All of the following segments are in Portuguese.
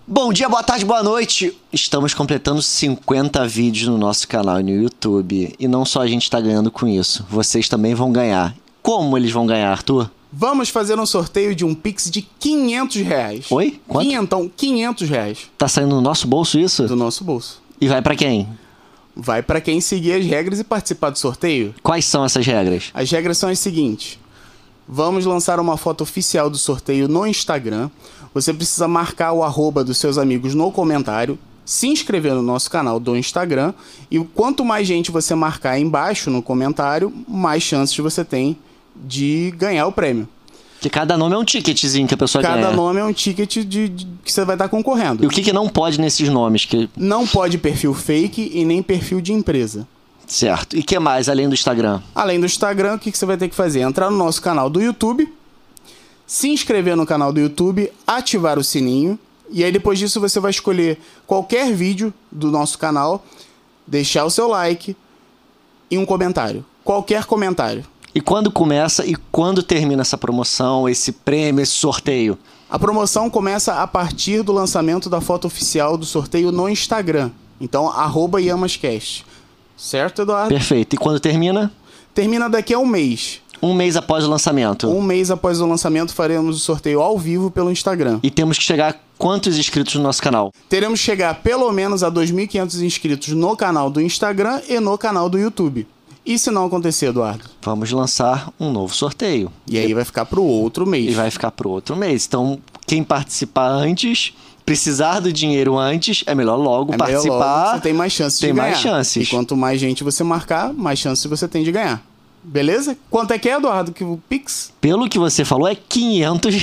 Bom dia, boa tarde, boa noite. Estamos completando 50 vídeos no nosso canal e no YouTube. E não só a gente está ganhando com isso, vocês também vão ganhar. Como eles vão ganhar, Arthur? Vamos fazer um sorteio de um Pix de R$500. Oi? Quanto? R$500. Tá saindo do nosso bolso isso? Do nosso bolso. E vai pra quem? Vai pra quem seguir as regras e participar do sorteio. Quais são essas regras? As regras são as seguintes. Vamos lançar uma foto oficial do sorteio no Instagram. Você precisa marcar o @ dos seus amigos no comentário, se inscrever no nosso canal do Instagram, e quanto mais gente você marcar aí embaixo no comentário, mais chances você tem de ganhar o prêmio. Que cada nome é um ticketzinho que a pessoa ganha. Cada nome é um ticket que você vai estar concorrendo. E o que não pode nesses nomes? Não pode perfil fake e nem perfil de empresa. Certo. E o que mais, além do Instagram? Além do Instagram, o que você vai ter que fazer? Entrar no nosso canal do YouTube, se inscrever no canal do YouTube, ativar o sininho, e aí depois disso você vai escolher qualquer vídeo do nosso canal, deixar o seu like e um comentário. Qualquer comentário. E quando começa e quando termina essa promoção, esse prêmio, esse sorteio? A promoção começa a partir do lançamento da foto oficial do sorteio no Instagram. Então, @yamascast. Certo, Eduardo? Perfeito. E quando termina? Termina daqui a um mês. Um mês após o lançamento. Um mês após o lançamento, faremos o sorteio ao vivo pelo Instagram. E temos que chegar a quantos inscritos no nosso canal? Teremos que chegar pelo menos a 2.500 inscritos no canal do Instagram e no canal do YouTube. E se não acontecer, Eduardo? Vamos lançar um novo sorteio. E aí vai ficar pro outro mês. E vai ficar pro outro mês. Então, quem participar antes, precisar do dinheiro antes, é melhor logo participar. Melhor logo, você tem mais chances de ganhar. Tem mais chances. E quanto mais gente você marcar, mais chances você tem de ganhar. Beleza? Quanto é que é, Eduardo, que o Pix? Pelo que você falou, é R$500.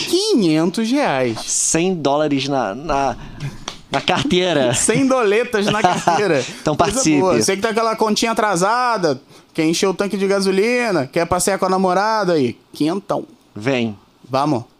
R$500. $100 na carteira. 100 doletas na carteira. Então participe. Você que tá com aquela continha atrasada, quer encher o tanque de gasolina, quer passear com a namorada aí, quinhentão. Vem. Vamos.